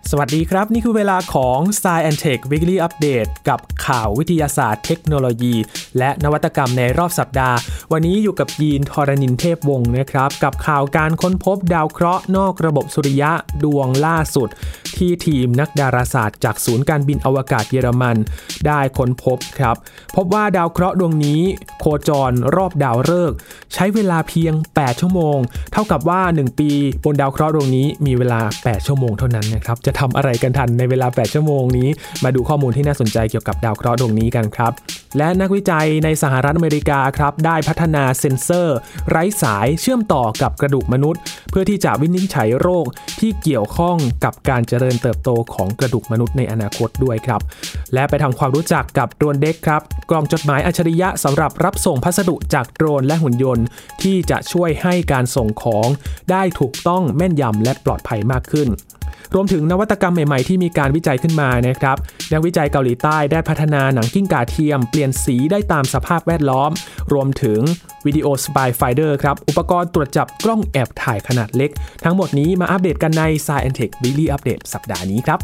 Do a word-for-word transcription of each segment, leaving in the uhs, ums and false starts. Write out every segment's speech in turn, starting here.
สวัสดีครับนี่คือเวลาของ Science แอนด์ Tech Weekly Update กับข่าววิทยาศาสตร์เทคโนโลยีและนวัตกรรมในรอบสัปดาห์วันนี้อยู่กับยีนทรณินเทพวงศ์นะครับกับข่าวการค้นพบดาวเคราะห์นอกระบบสุริยะดวงล่าสุดที่ทีมนักดาราศาสตร์จากศูนย์การบินอวกาศเยอรมันได้ค้นพบครับพบว่าดาวเคราะห์ดวงนี้โคจรรอบดาวฤกษ์ใช้เวลาเพียงแปดชั่วโมงเท่ากับว่าหนึ่งปีบนดาวเคราะห์ดวงนี้มีเวลาแปดชั่วโมงเท่านั้นนะครับจะทำอะไรกันทันในเวลาแปดชั่วโมงนี้มาดูข้อมูลที่น่าสนใจเกี่ยวกับดาวเคราะห์ดวงนี้กันครับและนักวิจัยในสหรัฐอเมริกาครับได้พัฒนาเซ็นเซอร์ไร้สายเชื่อมต่อกับกระดูกมนุษย์เพื่อที่จะวินิจฉัยโรคที่เกี่ยวข้องกับการเจริญเติบโตของกระดูกมนุษย์ในอนาคตด้วยครับและไปทำความรู้จักกับโดรนเด็กครับกล่องจดหมายอัจฉริยะสำหรับรับส่งพัสดุจากโดรนและหุ่นยนต์ที่จะช่วยให้การส่งของได้ถูกต้องแม่นยำและปลอดภัยมากขึ้นรวมถึงนวัตกรรมใหม่ๆที่มีการวิจัยขึ้นมานะครับนักวิจัยเกาหลีใต้ได้พัฒนาหนังกิ้งก่าเทียมเปลี่ยนสีได้ตามสภาพแวดล้อมรวมถึงวิดีโอสปายไฟเดอร์ครับอุปกรณ์ตรวจจับกล้องแอบถ่ายขนาดเล็กทั้งหมดนี้มาอัปเดตกันใน Science แอนด์ Tech Weekly Update สัปดาห์นี้ครับ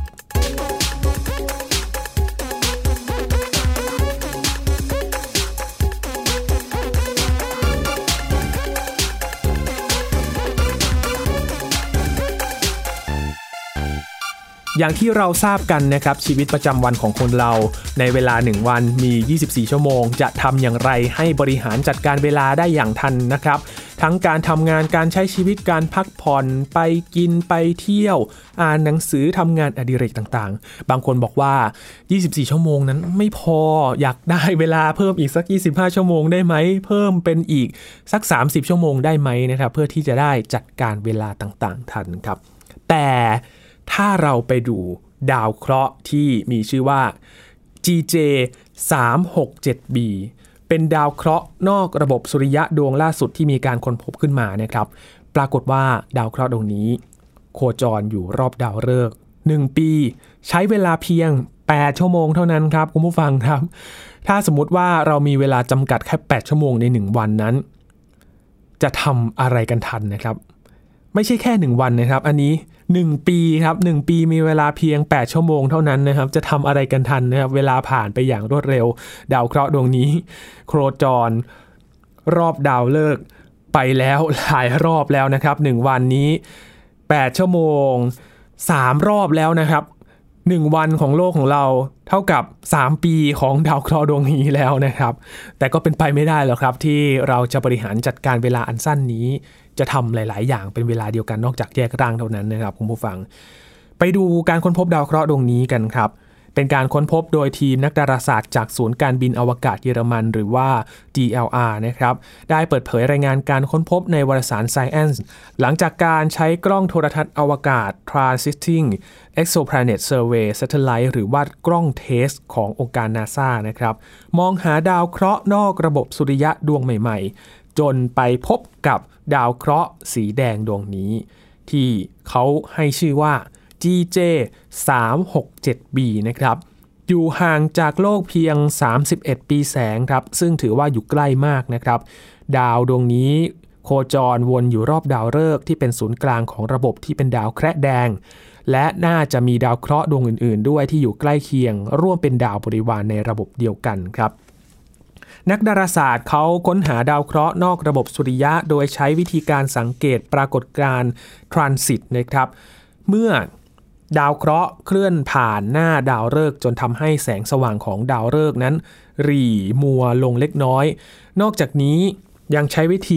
อย่างที่เราทราบกันนะครับชีวิตประจำวันของคนเราในเวลาหนึ่งวันมียี่สิบสี่ชั่วโมงจะทำอย่างไรให้บริหารจัดการเวลาได้อย่างทันนะครับทั้งการทำงานการใช้ชีวิตการพักผ่อนไปกินไปเที่ยวอ่านหนังสือทำงานอดิเรกต่างๆบางคนบอกว่ายี่สิบสี่ชั่วโมงนั้นไม่พออยากได้เวลาเพิ่มอีกสักยี่สิบห้าชั่วโมงได้ไหมเพิ่มเป็นอีกสักสามสิบชั่วโมงได้ไหมนะครับเพื่อที่จะได้จัดการเวลาต่างๆทันครับแต่ถ้าเราไปดูดาวเคราะห์ที่มีชื่อว่า จี เจ สามหกเจ็ด บี เป็นดาวเคราะห์นอกระบบสุริยะดวงล่าสุดที่มีการค้นพบขึ้นมานะครับปรากฏว่าดาวเคราะห์ดวงนี้โคจรอยู่รอบดาวฤกษ์หนึ่งปีใช้เวลาเพียงแปดชั่วโมงเท่านั้นครับคุณผู้ฟังครับถ้าสมมุติว่าเรามีเวลาจำกัดแค่แปดชั่วโมงในหนึ่งวันนั้นจะทำอะไรกันทันนะครับไม่ใช่แค่หนึ่งวันนะครับอันนี้หนึ่งปีครับหนึ่งปีมีเวลาเพียงแปดชั่วโมงเท่านั้นนะครับจะทำอะไรกันทันนะครับเวลาผ่านไปอย่างรวดเร็วดาวเคราะห์ดวงนี้โคจรรอบดาวฤกษ์ไปแล้วหลายรอบแล้วนะครับหนึ่งวันนี้แปดชั่วโมงสามรอบแล้วนะครับหนึ่งวันของโลกของเราเท่ากับสามปีของดาวเคราะห์ดวงนี้แล้วนะครับแต่ก็เป็นไปไม่ได้หรอกครับที่เราจะบริหารจัดการเวลาอันสั้นนี้จะทำหลายๆอย่างเป็นเวลาเดียวกันนอกจากแยกร่างเท่านั้นนะครับคุณผู้ฟังไปดูการค้นพบดาวเคราะห์ดวงนี้กันครับเป็นการค้นพบโดยทีมนักดาราศาสตร์จากศูนย์การบินอวกาศเยอรมันหรือว่า ดี แอล อาร์ นะครับได้เปิดเผยรายงานการค้นพบในวารสาร Science หลังจากการใช้กล้องโทรทัศน์อวกาศ Transiting Exoplanet Survey Satellite หรือว่ากล้องเทสขององค์การ NASA นะครับมองหาดาวเคราะห์นอกระบบสุริยะดวงใหม่ๆจนไปพบกับดาวเคราะห์สีแดงดวงนี้ที่เขาให้ชื่อว่า จี เจ สามหกเจ็ด บี นะครับอยู่ห่างจากโลกเพียงสามสิบเอ็ดปีแสงครับซึ่งถือว่าอยู่ใกล้มากนะครับดาวดวงนี้โคจรวนอยู่รอบดาวฤกษ์ที่เป็นศูนย์กลางของระบบที่เป็นดาวแคระแดงและน่าจะมีดาวเคราะห์ดวงอื่นๆด้วยที่อยู่ใกล้เคียงร่วมเป็นดาวบริวารในระบบเดียวกันครับนักดาราศาสตร์เขาค้นหาดาวเคราะห์นอกระบบสุริยะโดยใช้วิธีการสังเกตปรากฏการณ์ทรานสิตนะครับเมื่อดาวเคราะห์เคลื่อนผ่านหน้าดาวฤกษ์จนทำให้แสงสว่างของดาวฤกษ์นั้นหรี่มัวลงเล็กน้อยนอกจากนี้ยังใช้วิธี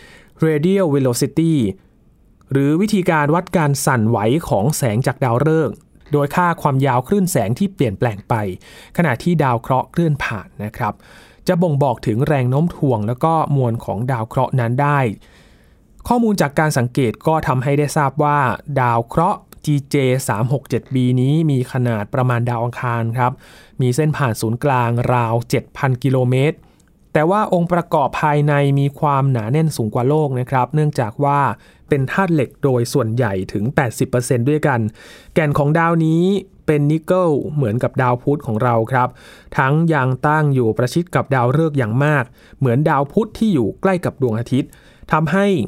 radial velocity หรือวิธีการวัดการสั่นไหวของแสงจากดาวฤกษ์โดยค่าความยาวคลื่นแสงที่เปลี่ยนแปลงไปขณะที่ดาวเคราะห์เคลื่อนผ่านนะครับจะบ่งบอกถึงแรงโน้มถ่วงแล้วก็มวลของดาวเคราะห์นั้นได้ข้อมูลจากการสังเกตก็ทำให้ได้ทราบว่าดาวเคราะห์ จี เจ สามหกเจ็ด บี นี้มีขนาดประมาณดาวอังคารครับมีเส้นผ่านศูนย์กลางราว เจ็ดพัน กิโลเมตรแต่ว่าองค์ประกอบภายในมีความหนาแน่นสูงกว่าโลกนะครับเนื่องจากว่าเป็นธาตุเหล็กโดยส่วนใหญ่ถึง แปดสิบเปอร์เซ็นต์ ด้วยกันแก่นของดาวนี้เป็นนิกเกิลเหมือนกับดาวพุธของเราครับทั้งยังตั้งอยู่ประชิดกับดาวฤกษ์อย่างมากเหมือนดาวพุธที่อยู่ใกล้กับดวงอาทิตย์ทำให้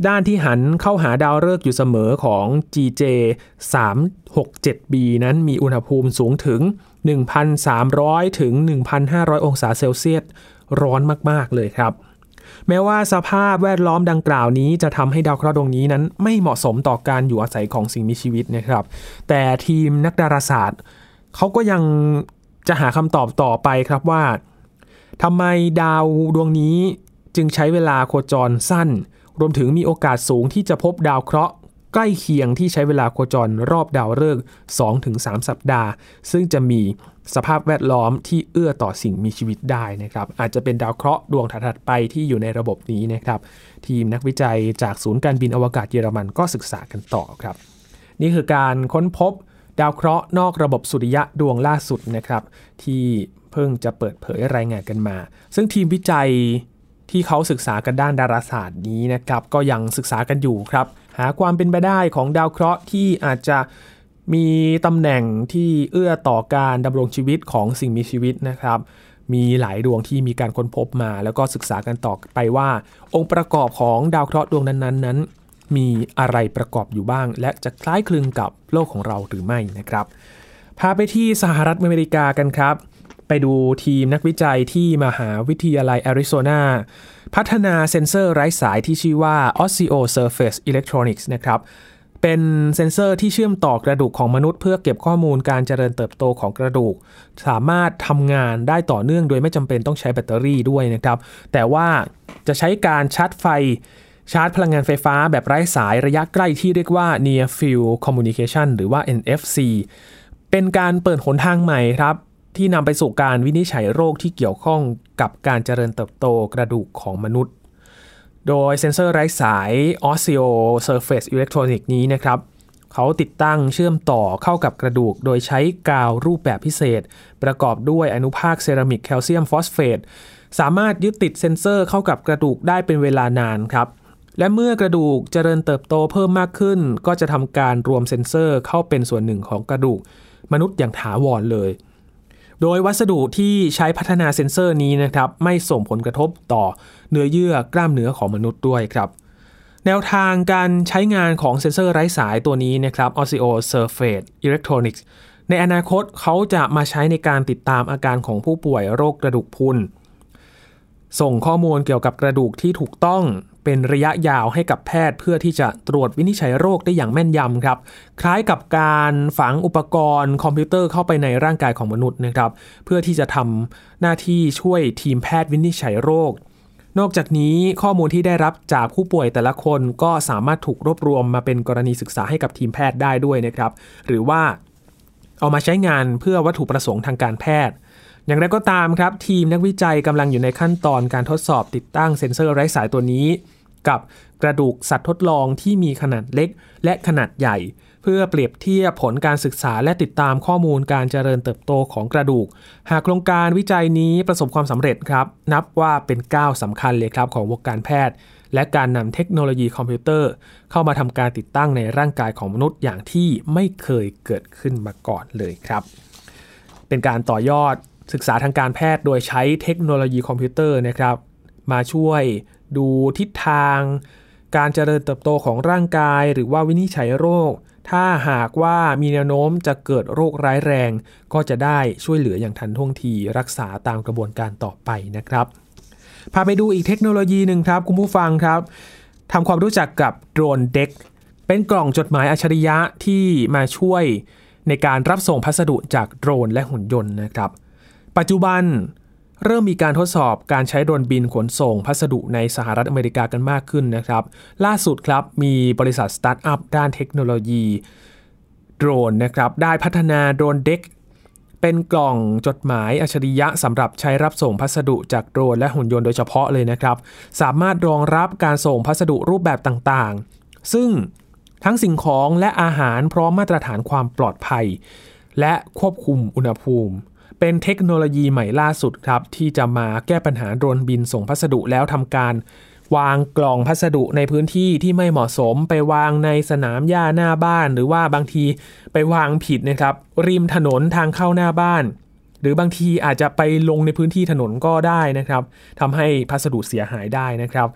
ด้านที่หันเข้าหาดาวฤกษ์อยู่เสมอของ จี เจ สามหกเจ็ด บี นั้นมีอุณหภูมิสูงถึง หนึ่งพันสามร้อย ถึง หนึ่งพันห้าร้อย องศาเซลเซียสร้อนมากๆเลยครับแม้ว่าสภาพแวดล้อมดังกล่าวนี้จะทำให้ดาวเคราะห์ดวงนี้นั้นไม่เหมาะสมต่อการอยู่อาศัยของสิ่งมีชีวิตนะครับแต่ทีมนักดาราศาสตร์เขาก็ยังจะหาคำตอบต่อไปครับว่าทำไมดาวดวงนี้จึงใช้เวลาโคจรสั้นรวมถึงมีโอกาสสูงที่จะพบดาวเคราะห์ใกล้เคียงที่ใช้เวลาโคจรรอบดาวฤกษ์ สองถึงสาม สัปดาห์ซึ่งจะมีสภาพแวดล้อมที่เอื้อต่อสิ่งมีชีวิตได้นะครับอาจจะเป็นดาวเคราะห์ดวงถัดๆไปที่อยู่ในระบบนี้นะครับทีมนักวิจัยจากศูนย์การบินอวกาศเยอรมันก็ศึกษากันต่อครับนี่คือการค้นพบดาวเคราะห์นอกระบบสุริยะดวงล่าสุดนะครับที่เพิ่งจะเปิดเผยรายงานกันมาซึ่งทีมวิจัยที่เขาศึกษากันด้านดาราศาสตร์นี้นะครับก็ยังศึกษากันอยู่ครับหาความเป็นไปได้ของดาวเคราะห์ที่อาจจะมีตำแหน่งที่เอื้อต่อการดำรงชีวิตของสิ่งมีชีวิตนะครับมีหลายดวงที่มีการค้นพบมาแล้วก็ศึกษากันต่อไปว่าองค์ประกอบของดาวเคราะห์ดวงนั้นๆนั้นมีอะไรประกอบอยู่บ้างและจะคล้ายคลึงกับโลกของเราหรือไม่นะครับพาไปที่สหรัฐอเมริกากันครับไปดูทีมนักวิจัยที่มหาวิทยาลัยแอริโซนาพัฒนาเซ็นเซอร์ไร้สายที่ชื่อว่า Osseo Surface Electronics นะครับเป็นเซ็นเซอร์ที่เชื่อมต่อกระดูกของมนุษย์เพื่อเก็บข้อมูลการเจริญเติบโตของกระดูกสามารถทำงานได้ต่อเนื่องโดยไม่จำเป็นต้องใช้แบตเตอรี่ด้วยนะครับแต่ว่าจะใช้การชาร์จไฟชาร์จพลังงานไฟฟ้าแบบไร้สายระยะใกล้ที่เรียกว่า Near Field Communication หรือว่า เอ็น เอฟ ซี เป็นการเปิดหนทางใหม่ครับที่นำไปสู่การวินิจฉัยโรคที่เกี่ยวข้องกับการเจริญเติบโตกระดูกของมนุษย์โดยเซ็นเซอร์ไร้สาย Osseo Surface Electronics นี้นะครับเขาติดตั้งเชื่อมต่อเข้ากับกระดูกโดยใช้กาวรูปแบบพิเศษประกอบด้วยอนุภาคเซรามิกแคลเซียมฟอสเฟตสามารถยึดติดเซ็นเซอร์เข้ากับกระดูกได้เป็นเวลานานครับและเมื่อกระดูกเจริญเติบโตเพิ่มมากขึ้นก็จะทำการรวมเซ็นเซอร์เข้าเป็นส่วนหนึ่งของกระดูกมนุษย์อย่างถาวรเลยโดยวัสดุที่ใช้พัฒนาเซ็นเซอร์นี้นะครับไม่ส่งผลกระทบต่อเนื้อเยื่อกล้ามเนื้อของมนุษย์ด้วยครับแนวทางการใช้งานของเซ็นเซอร์ไร้สายตัวนี้นะครับ Osseo Surface Electronics ในอนาคตเขาจะมาใช้ในการติดตามอาการของผู้ป่วยโรคกระดูกพรุนส่งข้อมูลเกี่ยวกับกระดูกที่ถูกต้องเป็นระยะยาวให้กับแพทย์เพื่อที่จะตรวจวินิจฉัยโรคได้อย่างแม่นยำครับคล้ายกับการฝังอุปกรณ์คอมพิวเตอร์เข้าไปในร่างกายของมนุษย์นะครับเพื่อที่จะทำหน้าที่ช่วยทีมแพทย์วินิจฉัยโรคนอกจากนี้ข้อมูลที่ได้รับจากผู้ป่วยแต่ละคนก็สามารถถูกรวบรวมมาเป็นกรณีศึกษาให้กับทีมแพทย์ได้ด้วยนะครับหรือว่าเอามาใช้งานเพื่อวัตถุประสงค์ทางการแพทย์อย่างไรก็ตามครับทีมนักวิจัยกำลังอยู่ในขั้นตอนการทดสอบติดตั้งเซ็นเซอร์ไร้สายตัวนี้กับกระดูกสัตว์ทดลองที่มีขนาดเล็กและขนาดใหญ่เพื่อเปรียบเทียบผลการศึกษาและติดตามข้อมูลการเจริญเติบโตของกระดูกหากโครงการวิจัยนี้ประสบความสำเร็จครับนับว่าเป็นก้าวสำคัญเลยครับของวงการแพทย์และการนำเทคโนโลยีคอมพิวเตอร์เข้ามาทำการติดตั้งในร่างกายของมนุษย์อย่างที่ไม่เคยเกิดขึ้นมาก่อนเลยครับเป็นการต่อยอดศึกษาทางการแพทย์โดยใช้เทคโนโลยีคอมพิวเตอร์นะครับมาช่วยดูทิศทางการเจริญเติบโตของร่างกายหรือว่าวินิจฉัยโรคถ้าหากว่ามีแนวโน้มจะเกิดโรคร้ายแรงก็จะได้ช่วยเหลืออย่างทันท่วงทีรักษาตามกระบวนการต่อไปนะครับพาไปดูอีกเทคโนโลยีหนึ่งครับคุณผู้ฟังครับทำความรู้จักกับโดรนเด็กเป็นกล่องจดหมายอัจฉริยะที่มาช่วยในการรับส่งพัสดุจากโดรนและหุ่นยนต์นะครับปัจจุบันเริ่มมีการทดสอบการใช้โดรนบินขนส่งพัสดุในสหรัฐอเมริกากันมากขึ้นนะครับล่าสุดครับมีบริษัทสตาร์ทอัพด้านเทคโนโลยีโดรนนะครับได้พัฒนาโดรนเด็กเป็นกล่องจดหมายอัจฉริยะสำหรับใช้รับส่งพัสดุจากโดรนและหุ่นยนต์โดยเฉพาะเลยนะครับสามารถรองรับการส่งพัสดุรูปแบบต่างๆซึ่งทั้งสิ่งของและอาหารพร้อมมาตรฐานความปลอดภัยและควบคุมอุณหภูมิเป็นเทคโนโลยีใหม่ล่าสุดครับที่จะมาแก้ปัญหาโดรนบินส่งพัสดุแล้วทำการวางกล่องพัสดุในพื้นที่ที่ไม่เหมาะสมไปวางในสนามหญ้าหน้าบ้านหรือว่าบางทีไปวางผิดนะครับริมถนนทางเข้าหน้าบ้านหรือบางทีอาจจะไปลงในพื้นที่ถนนก็ได้นะครับทำให้พัสดุเสียหายได้นะครับ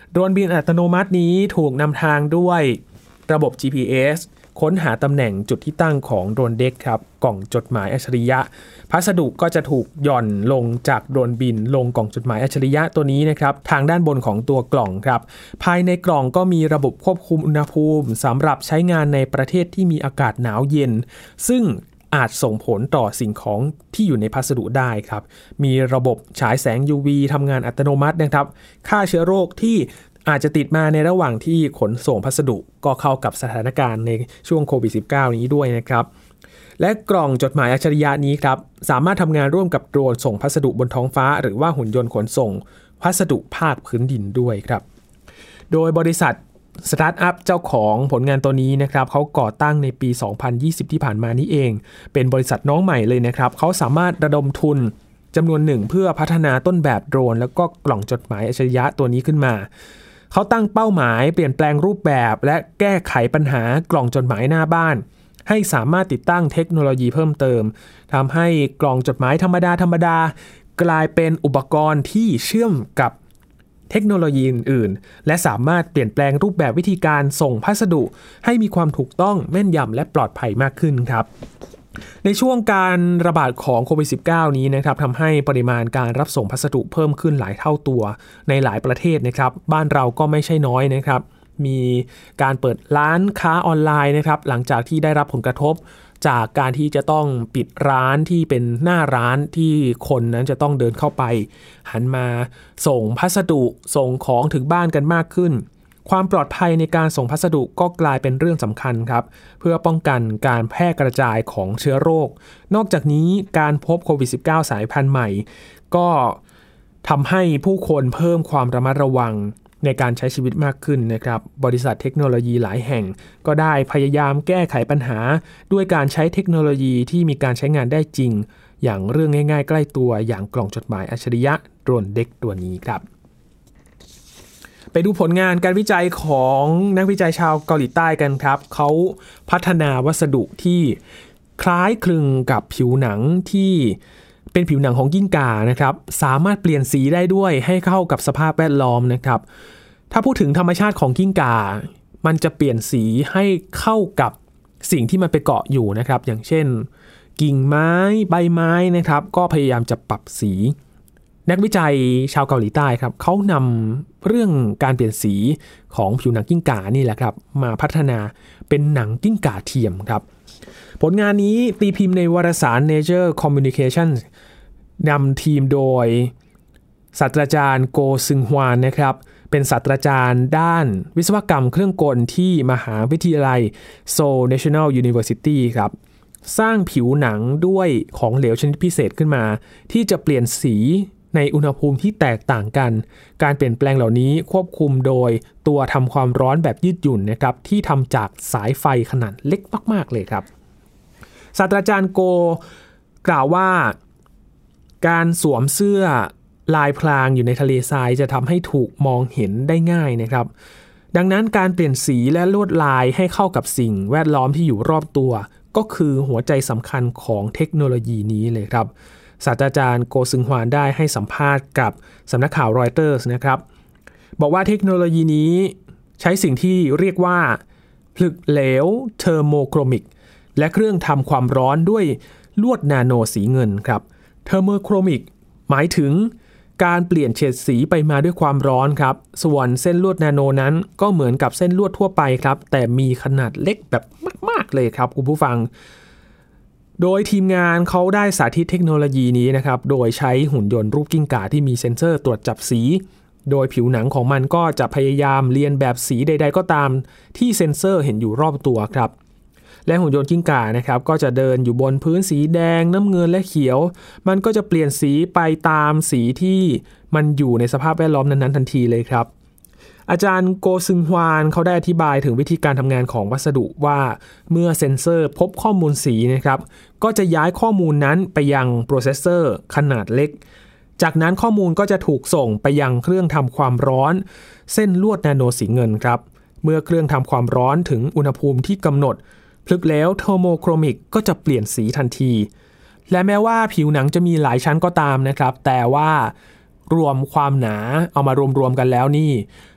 โดรนบินอัตโนมัตินี้ถูกนำทางด้วยระบบ จี พี เอส ค้นหาตำแหน่งจุดที่ตั้งของโดรนเด็กครับกล่องจดหมายอัจฉริยะพัสดุก็จะถูกหย่อนลงจากโดรนบินลงกล่องจดหมายอัจฉริยะตัวนี้นะครับทางด้านบนของตัวกล่องครับภายในกล่องก็มีระบบควบคุมอุณหภูมิสำหรับใช้งานในประเทศที่มีอากาศหนาวเย็นซึ่งอาจส่งผลต่อสิ่งของที่อยู่ในพัสดุได้ครับมีระบบฉายแสง ยู วี ทำงานอัตโนมัตินะครับฆ่าเชื้อโรคที่อาจจะติดมาในระหว่างที่ขนส่งพัสดุก็เข้ากับสถานการณ์ในช่วงโควิด สิบเก้า นี้ด้วยนะครับและกล่องจดหมายอัจฉริยะนี้ครับสามารถทำงานร่วมกับโดรนส่งพัสดุบนท้องฟ้าหรือว่าหุ่นยนต์ขนส่งพัสดุภาคพื้นดินด้วยครับโดยบริษัทสตาร์ทอัพเจ้าของผลงานตัวนี้นะครับเขาก่อตั้งในปี สองพันยี่สิบ ที่ผ่านมานี้เองเป็นบริษัทน้องใหม่เลยนะครับเขาสามารถระดมทุนจำนวนหนึ่งเพื่อพัฒนาต้นแบบโดรนแล้วก็กล่องจดหมายอัจฉริยะตัวนี้ขึ้นมาเขาตั้งเป้าหมายเปลี่ยนแปลงรูปแบบและแก้ไขปัญหากล่องจดหมายหน้าบ้านให้สามารถติดตั้งเทคโนโลยีเพิ่มเติมทำให้กล่องจดหมายธรรมดาธรรมดากลายเป็นอุปกรณ์ที่เชื่อมกับเทคโนโลยีอื่นๆและสามารถเปลี่ยนแปลงรูปแบบวิธีการส่งพัสดุให้มีความถูกต้องแม่นยำและปลอดภัยมากขึ้นครับในช่วงการระบาดของโควิด สิบเก้า นี้นะครับทำให้ปริมาณการรับส่งพัสดุเพิ่มขึ้นหลายเท่าตัวในหลายประเทศนะครับบ้านเราก็ไม่ใช่น้อยนะครับมีการเปิดร้านค้าออนไลน์นะครับหลังจากที่ได้รับผลกระทบจากการที่จะต้องปิดร้านที่เป็นหน้าร้านที่คนนั้นจะต้องเดินเข้าไปหันมาส่งพัสดุส่งของถึงบ้านกันมากขึ้นความปลอดภัยในการส่งพัสดุก็กลายเป็นเรื่องสำคัญครับเพื่อป้องกันการแพร่กระจายของเชื้อโรคนอกจากนี้การพบโควิด สิบเก้า สายพันธุ์ใหม่ก็ทำให้ผู้คนเพิ่มความระมัดระวังในการใช้ชีวิตมากขึ้นนะครับบริษัทเทคโนโลยีหลายแห่งก็ได้พยายามแก้ไขปัญหาด้วยการใช้เทคโนโลยีที่มีการใช้งานได้จริงอย่างเรื่องง่ายๆใกล้ตัวอย่างกล่องจดหมายอัจฉริยะโดรนเด็กตัวนี้ครับไปดูผลงานการวิจัยของนักวิจัยชาวเกาหลีใต้กันครับเขาพัฒนาวัสดุที่คล้ายคลึงกับผิวหนังที่เป็นผิวหนังของกิ้งก่านะครับสามารถเปลี่ยนสีได้ด้วยให้เข้ากับสภาพแวดล้อมนะครับถ้าพูดถึงธรรมชาติของกิ้งก่ามันจะเปลี่ยนสีให้เข้ากับสิ่งที่มันไปเกาะอยู่นะครับอย่างเช่นกิ่งไม้ใบไม้นะครับก็พยายามจะปรับสีนักวิจัยชาวเกาหลีใต้ครับเขานำเรื่องการเปลี่ยนสีของผิวหนังกิ้งก่านี่แหละครับมาพัฒนาเป็นหนังกิ้งก่าเทียมครับผลงานนี้ตีพิมพ์ในวารสาร Nature Communications นำทีมโดยศาสตราจารย์โกซึงฮวานนะครับเป็นศาสตราจารย์ด้านวิศวกรรมเครื่องกลที่มหาวิทยาลัยโซล National University ครับสร้างผิวหนังด้วยของเหลวชนิดพิเศษขึ้นมาที่จะเปลี่ยนสีในอุณหภูมิที่แตกต่างกันการเปลี่ยนแปลงเหล่านี้ควบคุมโดยตัวทำความร้อนแบบยืดหยุ่นนะครับที่ทำจากสายไฟขนาดเล็กมากๆเลยครับศาสตราจารย์โกกล่าวว่าการสวมเสื้อลายพรางอยู่ในทะเลทรายจะทำให้ถูกมองเห็นได้ง่ายนะครับดังนั้นการเปลี่ยนสีและลวดลายให้เข้ากับสิ่งแวดล้อมที่อยู่รอบตัวก็คือหัวใจสำคัญของเทคโนโลยีนี้เลยครับศาสตราจารย์โกซึงฮวานได้ให้สัมภาษณ์กับสำนักข่าวรอยเตอร์สนะครับบอกว่าเทคโนโลยีนี้ใช้สิ่งที่เรียกว่าผลึกเหลวเทอร์โมโครมิกและเครื่องทำความร้อนด้วยลวดนาโนสีเงินครับเทอร์โมโครมิกหมายถึงการเปลี่ยนเฉดสีไปมาด้วยความร้อนครับส่วนเส้นลวดนาโนนั้นก็เหมือนกับเส้นลวดทั่วไปครับแต่มีขนาดเล็กแบบมากๆเลยครับคุณผู้ฟังโดยทีมงานเขาได้สาธิตเทคโนโลยีนี้นะครับโดยใช้หุ่นยนต์รูปกิ้งก่าที่มีเซ็นเซอร์ตรวจจับสีโดยผิวหนังของมันก็จะพยายามเลียนแบบสีใดๆก็ตามที่เซ็นเซอร์เห็นอยู่รอบตัวครับและหุ่นยนต์กิ้งก่านะครับก็จะเดินอยู่บนพื้นสีแดงน้ำเงินและเขียวมันก็จะเปลี่ยนสีไปตามสีที่มันอยู่ในสภาพแวดล้อมนั้นๆทันทีเลยครับอาจารย์โกซึงฮวานเขาได้อธิบายถึงวิธีการทำงานของวัสดุว่าเมื่อเซ็นเซอร์พบข้อมูลสีนะครับก็จะย้ายข้อมูลนั้นไปยังโปรเซสเซอร์ขนาดเล็กจากนั้นข้อมูลก็จะถูกส่งไปยังเครื่องทำความร้อนเส้นลวดนาโนสีเงินครับเมื่อเครื่องทำความร้อนถึงอุณหภูมิที่กำหนดพลึกแล้วเทอร์โมโครมิกก็จะเปลี่ยนสีทันทีและแม้ว่าผิวหนังจะมีหลายชั้นก็ตามนะครับแต่ว่ารวมความหนาเอามารวมๆกันแล้วนี่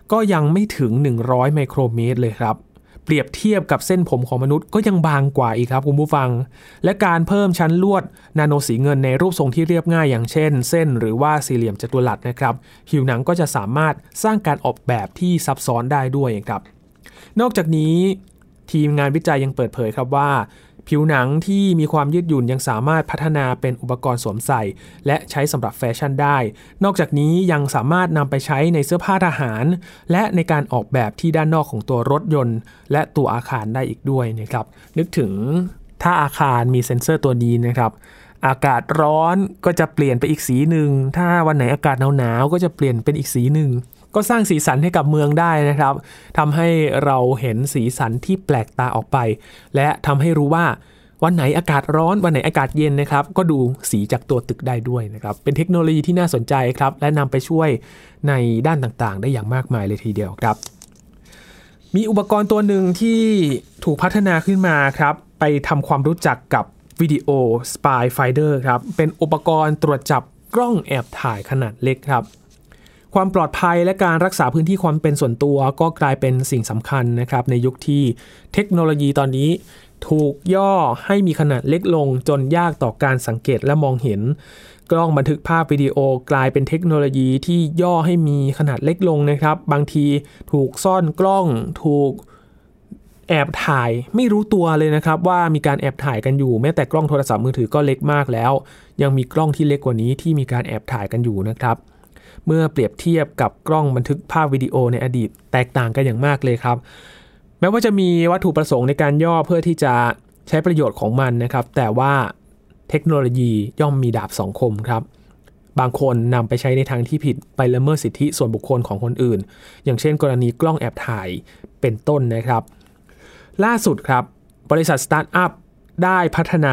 ก็ยังไม่ถึงหนึ่งร้อยไมโครเมตรเลยครับเปรียบเทียบกับเส้นผมของมนุษย์ก็ยังบางกว่าอีกครับคุณผู้ฟังและการเพิ่มชั้นลวดนาโนสีเงินในรูปทรงที่เรียบง่ายอย่างเช่นเส้นหรือว่าสี่เหลี่ยมจัตุรัสนะครับผิวหนังก็จะสามารถสร้างการออกแบบที่ซับซ้อนได้ด้วยครับนอกจากนี้ทีมงานวิจัยยังเปิดเผยครับว่าผิวหนังที่มีความยืดหยุ่นยังสามารถพัฒนาเป็นอุปกรณ์สวมใส่และใช้สำหรับแฟชั่นได้นอกจากนี้ยังสามารถนำไปใช้ในเสื้อผ้าทหารและในการออกแบบที่ด้านนอกของตัวรถยนต์และตัวอาคารได้อีกด้วยนะครับนึกถึงถ้าอาคารมีเซ็นเซอร์ตัวนี้นะครับอากาศร้อนก็จะเปลี่ยนไปอีกสีหนึ่งถ้าวันไหนอากาศหนาวๆก็จะเปลี่ยนเป็นอีกสีหนึ่งก็สร้างสีสันให้กับเมืองได้นะครับทำให้เราเห็นสีสันที่แปลกตาออกไปและทำให้รู้ว่าวันไหนอากาศร้อนวันไหนอากาศเย็นนะครับก็ดูสีจากตัวตึกได้ด้วยนะครับเป็นเทคโนโลยีที่น่าสนใจครับและนำไปช่วยในด้านต่างๆได้อย่างมากมายเลยทีเดียวครับมีอุปกรณ์ตัวหนึ่งที่ถูกพัฒนาขึ้นมาครับไปทำความรู้จักกับวิดีโอ Spy Finder ครับเป็นอุปกรณ์ตรวจจับกล้องแอบถ่ายขนาดเล็กครับความปลอดภัยและการรักษาพื้นที่ความเป็นส่วนตัวก็กลายเป็นสิ่งสำคัญนะครับในยุคที่เทคโนโลยีตอนนี้ถูกย่อให้มีขนาดเล็กลงจนยากต่อการสังเกตและมองเห็นกล้องบันทึกภาพวิดีโอกลายเป็นเทคโนโลยีที่ย่อให้มีขนาดเล็กลงนะครับบางทีถูกซ่อนกล้องถูกแอบถ่ายไม่รู้ตัวเลยนะครับว่ามีการแอบถ่ายกันอยู่แม้แต่กล้องโทรศัพท์มือถือก็เล็กมากแล้วยังมีกล้องที่เล็กกว่านี้ที่มีการแอบถ่ายกันอยู่นะครับเมื่อเปรียบเทียบกับกล้องบันทึกภาพวิดีโอในอดีตแตกต่างกันอย่างมากเลยครับแม้ว่าจะมีวัตถุประสงค์ในการย่อเพื่อที่จะใช้ประโยชน์ของมันนะครับแต่ว่าเทคโนโลยีย่อมมีดาบสองคมครับบางคนนำไปใช้ในทางที่ผิดไปละเมิดสิทธิส่วนบุคคลของคนอื่นอย่างเช่นกรณีกล้องแอบถ่ายเป็นต้นนะครับล่าสุดครับบริษัทสตาร์ทอัพได้พัฒนา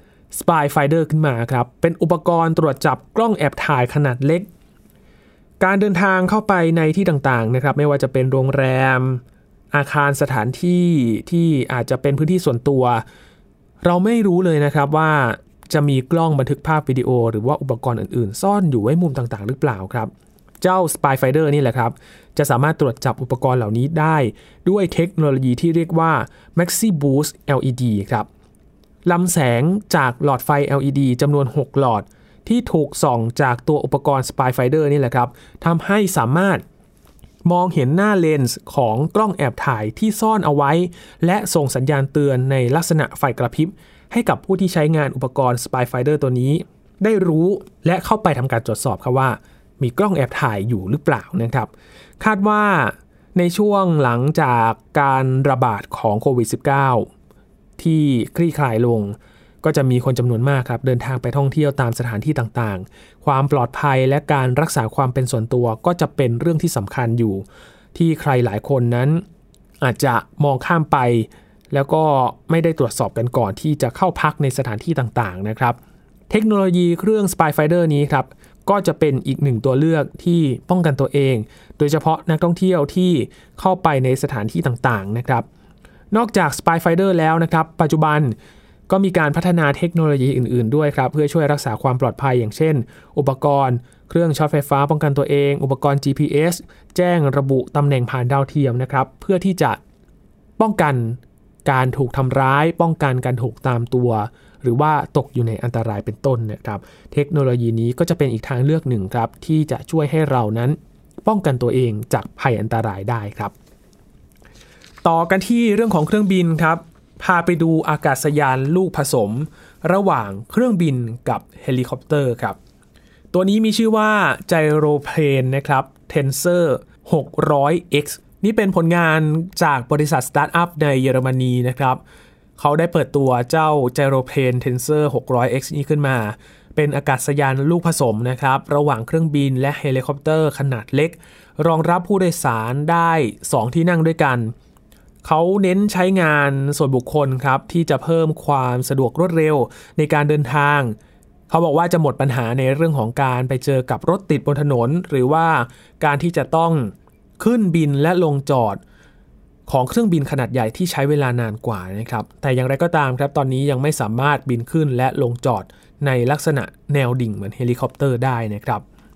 Spy Finder ขึ้นมาครับเป็นอุปกรณ์ตรวจจับกล้องแอบถ่ายขนาดเล็กการเดินทางเข้าไปในที่ต่างๆนะครับไม่ว่าจะเป็นโรงแรมอาคารสถานที่ที่อาจจะเป็นพื้นที่ส่วนตัวเราไม่รู้เลยนะครับว่าจะมีกล้องบันทึกภาพวิดีโอหรือว่าอุปกรณ์อื่นๆซ่อนอยู่ไว้มุมต่างๆหรือเปล่าครับเจ้า Spy Finder นี่แหละครับจะสามารถตรวจจับอุปกรณ์เหล่านี้ได้ด้วยเทคโนโลยีที่เรียกว่า Maxi Boost แอล อี ดี ครับลำแสงจากหลอดไฟ แอล อี ดี จำนวนหกหลอดที่ถูกส่องจากตัวอุปกรณ์ Spy Finder นี่แหละครับทำให้สามารถมองเห็นหน้าเลนส์ของกล้องแอบถ่ายที่ซ่อนเอาไว้และส่งสัญญาณเตือนในลักษณะไฟกระพริบให้กับผู้ที่ใช้งานอุปกรณ์ Spy Finder ตัวนี้ได้รู้และเข้าไปทำการตรวจสอบครับว่ามีกล้องแอบถ่ายอยู่หรือเปล่านะครับคาดว่าในช่วงหลังจากการระบาดของโควิด สิบเก้า ที่คลี่คลายลงก็จะมีคนจำนวนมากครับเดินทางไปท่องเที่ยวตามสถานที่ต่างๆความปลอดภัยและการรักษาความเป็นส่วนตัวก็จะเป็นเรื่องที่สำคัญอยู่ที่ใครหลายคนนั้นอาจจะมองข้ามไปแล้วก็ไม่ได้ตรวจสอบกันก่อนที่จะเข้าพักในสถานที่ต่างๆนะครับเทคโนโลยีเครื่อง Spy Finder นี้ครับก็จะเป็นอีกหนึ่งตัวเลือกที่ป้องกันตัวเองโดยเฉพาะนักท่องเที่ยวที่เข้าไปในสถานที่ต่างๆนะครับนอกจาก Spy Finder แล้วนะครับปัจจุบันก็มีการพัฒนาเทคโนโลยีอื่นๆด้วยครับเพื่อช่วยรักษาความปลอดภัยอย่างเช่นอุปกรณ์เครื่องช็อตไฟฟ้าป้องกันตัวเองอุปกรณ์ จี พี เอส แจ้งระบุตำแหน่งผ่านดาวเทียมนะครับเพื่อที่จะป้องกันการถูกทำร้ายป้องกันการถูกตามตัวหรือว่าตกอยู่ในอันตรายเป็นต้นนะครับเทคโนโลยีนี้ก็จะเป็นอีกทางเลือกหนึ่งครับที่จะช่วยให้เรานั้นป้องกันตัวเองจากภัยอันตรายได้ครับต่อกันที่เรื่องของเครื่องบินครับพาไปดูอากาศยานลูกผสมระหว่างเครื่องบินกับเฮลิคอปเตอร์ครับตัวนี้มีชื่อว่า Gyroplane นะครับ Tensor หกร้อย เอ็กซ์ นี่เป็นผลงานจากบริษัทสตาร์ทอัพในเยอรมนีนะครับเขาได้เปิดตัวเจ้า Gyroplane Tensor หกร้อย เอ็กซ์ นี้ขึ้นมาเป็นอากาศยานลูกผสมนะครับระหว่างเครื่องบินและเฮลิคอปเตอร์ขนาดเล็กรองรับผู้โดยสารได้สองที่นั่งด้วยกันเขาเน้นใช้งานส่วนบุคคลครับที่จะเพิ่มความสะดวกรวดเร็วในการเดินทางเขาบอกว่าจะหมดปัญหาในเรื่องของการไปเจอกับรถติดบนถนนหรือว่าการที่จะต้องขึ้นบินและลงจอดของเครื่องบินขนาดใหญ่ที่ใช้เวลานานกว่านะครับแต่อย่างไรก็ตามครับตอนนี้ยังไม่สามารถบินขึ้นและลงจอดในลักษณะแนวดิ่งเหมือนเฮลิคอปเตอร์ได้นะครับ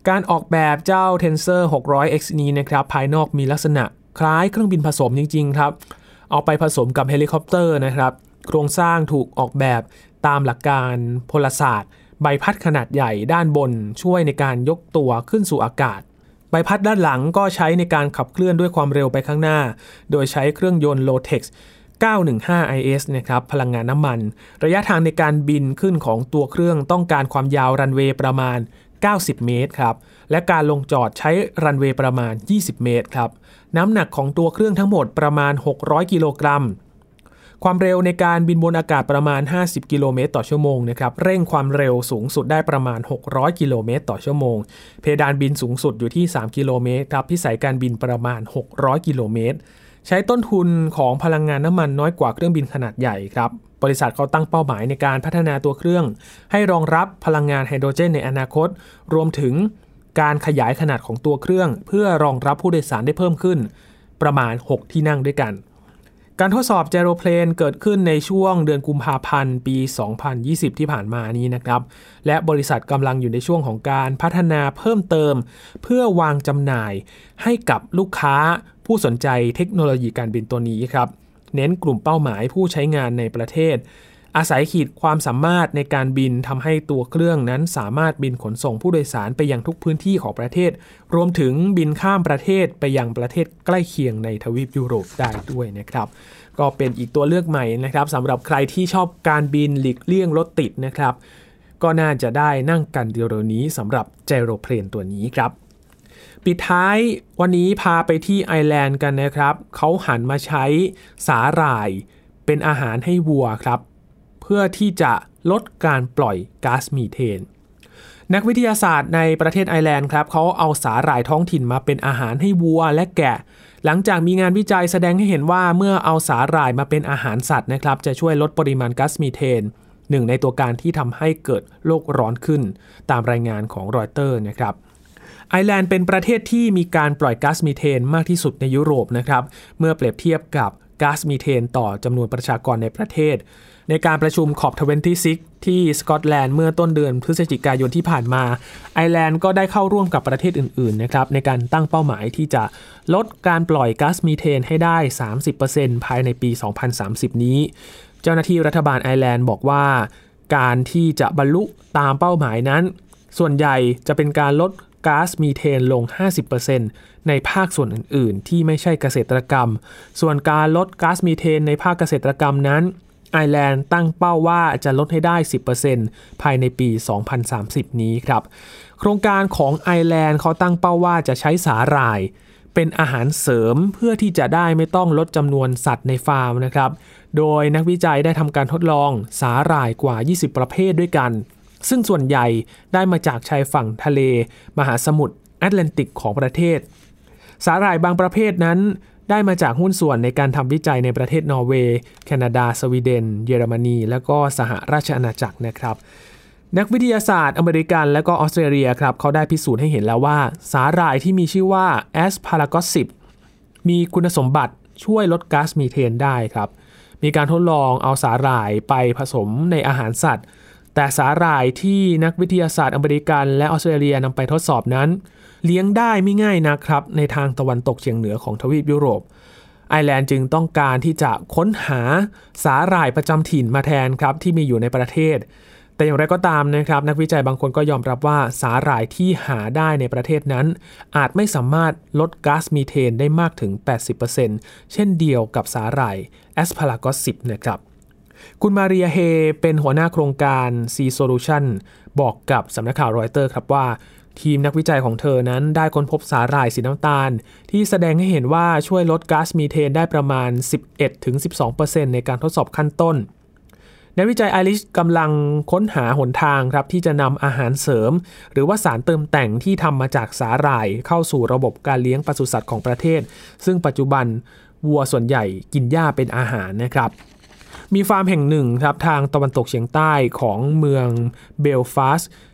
การออกแบบเจ้า Tensor หกร้อย เอ็กซ์ นี้นะครับภายนอกมีลักษณะคล้ายเครื่องบินผสมจริงๆครับเอาไปผสมกับเฮลิคอปเตอร์นะครับโครงสร้างถูกออกแบบตามหลักการพลศาสตร์ใบพัดขนาดใหญ่ด้านบนช่วยในการยกตัวขึ้นสู่อากาศใบพัดด้านหลังก็ใช้ในการขับเคลื่อนด้วยความเร็วไปข้างหน้าโดยใช้เครื่องยนต์ Lotex เก้าหนึ่งห้า ไอ เอส นะครับพลังงานน้ำมันระยะทางในการบินขึ้นของตัวเครื่องต้องการความยาวรันเวย์ประมาณเก้าสิบเมตรครับและการลงจอดใช้รันเวย์ประมาณยี่สิบเมตรครับน้ำหนักของตัวเครื่องทั้งหมดประมาณหกร้อยกิโลกรัมความเร็วในการบินบนอากาศประมาณห้าสิบกิโลเมตรต่อชั่วโมงนะครับเร่งความเร็วสูงสุดได้ประมาณหกร้อยกิโลเมตรต่อชั่วโมงเพดานบินสูงสุดอยู่ที่สามกิโลเมตรครับพิสัยการบินประมาณหกร้อยกิโลเมตรใช้ต้นทุนของพลังงานน้ำมันน้อยกว่าเครื่องบินขนาดใหญ่ครับบริษัทเขาตั้งเป้าหมายในการพัฒนาตัวเครื่องให้รองรับพลังงานไฮโดรเจนในอนาคตรวมถึงการขยายขนาดของตัวเครื่องเพื่อรองรับผู้โดยสารได้เพิ่มขึ้นประมาณหกที่นั่งด้วยกันการทดสอบไจโรเพลนเกิดขึ้นในช่วงเดือนกุมภาพันธ์ปีสองพันยี่สิบที่ผ่านมานี้นะครับและบริษัทกำลังอยู่ในช่วงของการพัฒนาเพิ่มเติมเพื่อวางจำหน่ายให้กับลูกค้าผู้สนใจเทคโนโลยีการบินตัวนี้ครับเน้นกลุ่มเป้าหมายผู้ใช้งานในประเทศอาศัยขีดความสามารถในการบินทำให้ตัวเครื่องนั้นสามารถบินขนส่งผู้โดยสารไปยังทุกพื้นที่ของประเทศรวมถึงบินข้ามประเทศไปยังประเทศใกล้เคียงในทวีปยุโรปได้ด้วยนะครับก็เป็นอีกตัวเลือกใหม่นะครับสำหรับใครที่ชอบการบินหลีกเลี่ยงรถติดนะครับก็น่าจะได้นั่งกันเร็วๆนี้สำหรับไจโรเพลนตัวนี้ครับปิดท้ายวันนี้พาไปที่ไอร์แลนด์กันนะครับเขาหันมาใช้สาหร่ายเป็นอาหารให้วัวครับเพื่อที่จะลดการปล่อยก๊าซมีเทนนักวิทยาศาสตร์ในประเทศไอร์แลนด์ครับเขาเอาสาหร่ายท้องถิ่นมาเป็นอาหารให้วัวและแกะหลังจากมีงานวิจัยแสดงให้เห็นว่าเมื่อเอาสาหร่ายมาเป็นอาหารสัตว์นะครับจะช่วยลดปริมาณก๊าซมีเทนหนึ่งในตัวการที่ทำให้เกิดโลกร้อนขึ้นตามรายงานของรอยเตอร์นะครับไอร์แลนด์เป็นประเทศที่มีการปล่อยก๊าซมีเทนมากที่สุดในยุโรปนะครับเมื่อเปรียบเทียบกับก๊าซมีเทนต่อจำนวนประชากรในประเทศในการประชุม คอป ยี่สิบหก ที่สกอตแลนด์เมื่อต้นเดือนพฤศจิกายนที่ผ่านมาไอร์แลนด์ก็ได้เข้าร่วมกับประเทศอื่นๆนะครับในการตั้งเป้าหมายที่จะลดการปล่อยก๊าซมีเทนให้ได้ สามสิบเปอร์เซ็นต์ ภายในปี สองพันสามสิบ นี้เจ้าหน้าที่รัฐบาลไอร์แลนด์บอกว่าการที่จะบรรลุตามเป้าหมายนั้นส่วนใหญ่จะเป็นการลดก๊าซมีเทนลง ห้าสิบเปอร์เซ็นต์ ในภาคส่วนอื่นๆที่ไม่ใช่เกษตรกรรมส่วนการลดก๊าซมีเทนในภาคเกษตรกรรมนั้นไอร์แลนด์ตั้งเป้าว่าจะลดให้ได้ สิบเปอร์เซ็นต์ ภายในปี สองพันสามสิบ นี้ครับโครงการของไอร์แลนด์เขาตั้งเป้าว่าจะใช้สาหร่ายเป็นอาหารเสริมเพื่อที่จะได้ไม่ต้องลดจำนวนสัตว์ในฟาร์มนะครับโดยนักวิจัยได้ทำการทดลองสาหร่ายกว่ายี่สิบประเภทด้วยกันซึ่งส่วนใหญ่ได้มาจากชายฝั่งทะเลมหาสมุทรแอตแลนติกของประเทศสาหร่ายบางประเภทนั้นได้มาจากหุ้นส่วนในการทำวิจัยในประเทศนอร์เวย์แคนาดาสวีเดนเยอรมนีและก็สหราชอาณาจักรนะครับนักวิทยาศาสตร์อเมริกันและก็ออสเตรเลียครับเขาได้พิสูจน์ให้เห็นแล้วว่าสาหร่ายที่มีชื่อว่าแอสพารากัสสิบมีคุณสมบัติช่วยลดก๊าซมีเทนได้ครับมีการทดลองเอาสาหร่ายไปผสมในอาหารสัตว์แต่สาหร่ายที่นักวิทยาศาสตร์อเมริกันและออสเตรเลียนำไปทดสอบนั้นเลี้ยงได้ไม่ง่ายนะครับในทางตะวันตกเฉียงเหนือของทวีปยุโรปไอร์แลนด์จึงต้องการที่จะค้นหาสาหร่ายประจำถิ่นมาแทนครับที่มีอยู่ในประเทศแต่อย่างไรก็ตามนะครับนักวิจัยบางคนก็ยอมรับว่าสาหร่ายที่หาได้ในประเทศนั้นอาจไม่สามารถลดก๊าซมีเทนได้มากถึง แปดสิบเปอร์เซ็นต์ เช่นเดียวกับสาหร่ายแอสพารากัสสิบนะครับคุณมาเรียเฮเป็นหัวหน้าโครงการ C Solution บอกกับสำนักข่าวรอยเตอร์ครับว่าทีมนักวิจัยของเธอนั้นได้ค้นพบสาหร่ายสีน้ำตาลที่แสดงให้เห็นว่าช่วยลดก๊าซมีเทนได้ประมาณ สิบเอ็ดถึงสิบสองเปอร์เซ็นต์ ในการทดสอบขั้นต้นนักวิจัยไอริชกำลังค้นหาหนทางครับที่จะนำอาหารเสริมหรือว่าสารเติมแต่งที่ทำมาจากสาหร่ายเข้าสู่ระบบการเลี้ยงปศุสัตว์ของประเทศซึ่งปัจจุบันวัวส่วนใหญ่กินหญ้าเป็นอาหารนะครับมีฟาร์มแห่งหนึ่งครับทางตะวันตกเฉียงใต้ของเมืองเบลฟาสต์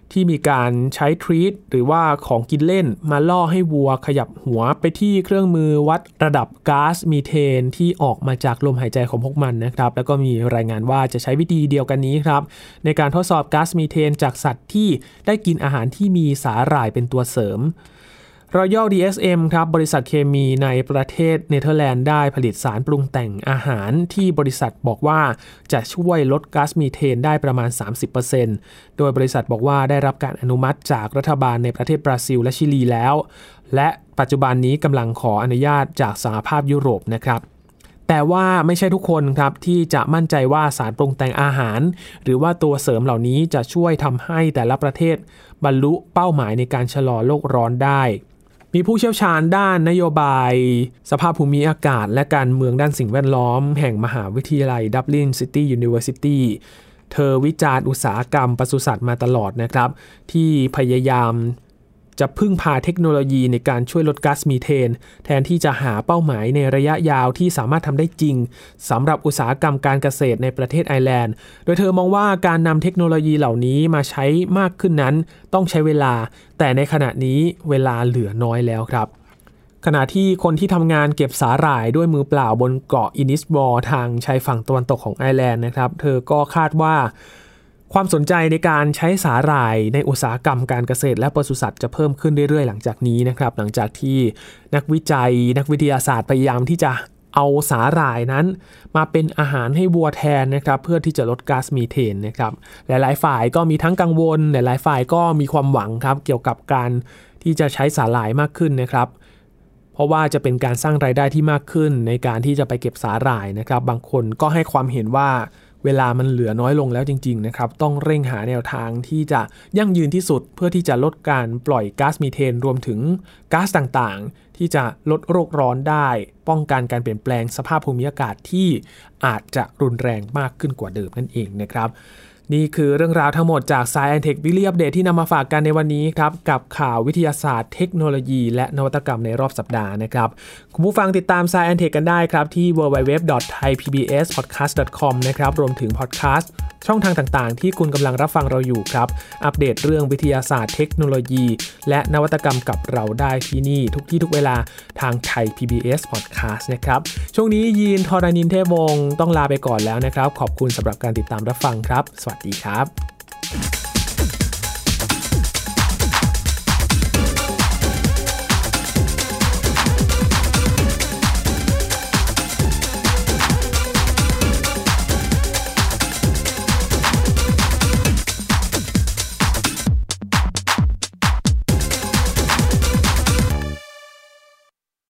ที่มีการใช้ทรีตหรือว่าของกินเล่นมาล่อให้วัวขยับหัวไปที่เครื่องมือวัดระดับก๊าซมีเทนที่ออกมาจากลมหายใจของพวกมันนะครับแล้วก็มีรายงานว่าจะใช้วิธีเดียวกันนี้ครับในการทดสอบก๊าซมีเทนจากสัตว์ที่ได้กินอาหารที่มีสาหร่ายเป็นตัวเสริมRoyal ดี เอส เอ็ม ครับบริษัทเคมีในประเทศเนเธอร์แลนด์ได้ผลิตสารปรุงแต่งอาหารที่บริษัทบอกว่าจะช่วยลดก๊าซมีเทนได้ประมาณ สามสิบเปอร์เซ็นต์ โดยบริษัทบอกว่าได้รับการอนุมัติจากรัฐบาลในประเทศบราซิลและชิลีแล้วและปัจจุบันนี้กำลังขออนุญาตจากสหภาพยุโรปนะครับแต่ว่าไม่ใช่ทุกคนครับที่จะมั่นใจว่าสารปรุงแต่งอาหารหรือว่าตัวเสริมเหล่านี้จะช่วยทำให้แต่ละประเทศบรรลุเป้าหมายในการชะลอโลกร้อนได้มีผู้เชี่ยวชาญด้านนโยบายสภาพภูมิอากาศและการเมืองด้านสิ่งแวดล้อมแห่งมหาวิทยาลัย Dublin City University เธอวิจารณ์อุตสาหกรรมปศุสัตว์มาตลอดนะครับที่พยายามจะพึ่งพาเทคโนโลยีในการช่วยลดก๊าซมีเทนแทนที่จะหาเป้าหมายในระยะยาวที่สามารถทำได้จริงสำหรับอุตสาหกรรมการเกษตรในประเทศไอร์แลนด์โดยเธอมองว่าการนำเทคโนโลยีเหล่านี้มาใช้มากขึ้นนั้นต้องใช้เวลาแต่ในขณะนี้เวลาเหลือน้อยแล้วครับขณะที่คนที่ทำงานเก็บสาหร่ายด้วยมือเปล่าบนเกาะอินิสบอร์ทางชายฝั่งตะวันตกของไอร์แลนด์นะครับเธอก็คาดว่าความสนใจในการใช้สาหร่ายในอุตสาหกรรมการเกษตรและปศุสัตว์จะเพิ่มขึ้นเรื่อยๆหลังจากนี้นะครับหลังจากที่นักวิจัยนักวิทยาศาสตร์พยายามที่จะเอาสาหร่ายนั้นมาเป็นอาหารให้วัวแทนนะครับเพื่อที่จะลดก๊าซมีเทนนะครับหลายๆฝ่ายก็มีทั้งกังวลหลายๆฝ่ายก็มีความหวังครับเกี่ยวกับการที่จะใช้สาหร่ายมากขึ้นนะครับเพราะว่าจะเป็นการสร้างรายได้ที่มากขึ้นในการที่จะไปเก็บสาหร่ายนะครับบางคนก็ให้ความเห็นว่าเวลามันเหลือน้อยลงแล้วจริงๆนะครับต้องเร่งหาแนวทางที่จะยั่งยืนที่สุดเพื่อที่จะลดการปล่อยก๊าซมีเทนรวมถึงก๊าซต่างๆที่จะลดโรคร้อนได้ป้องกันการเปลี่ยนแปลงสภาพภูมิอากาศที่อาจจะรุนแรงมากขึ้นกว่าเดิมนั่นเองนะครับนี่คือเรื่องราวทั้งหมดจาก Science แอนด์ Tech Weekly Update ที่นำมาฝากกันในวันนี้ครับกับข่าววิทยาศาสตร์เทคโนโลยีและนวัตกรรมในรอบสัปดาห์นะครับคุณผู้ฟังติดตาม Science แอนด์ Tech กันได้ครับที่ ดับเบิลยู ดับเบิลยู ดับเบิลยู ดอท ไทย พี บี เอส พอดแคสต์ ดอท คอม นะครับรวมถึงพอดแคสต์ช่องทางต่างๆที่คุณกำลังรับฟังเราอยู่ครับอัปเดตเรื่องวิทยาศาสตร์เทคโนโลยีและนวัตกรรมกับเราได้ที่นี่ทุกที่ทุกเวลาทางไทย พี บี เอส Podcast นะครับช่วงนี้ยีนทรณินเทพวงศ์ต้องลาไปก่อนแล้วนะครับขอบคุณสำหรับการติดตามรับฟังครับสวัสดีครับ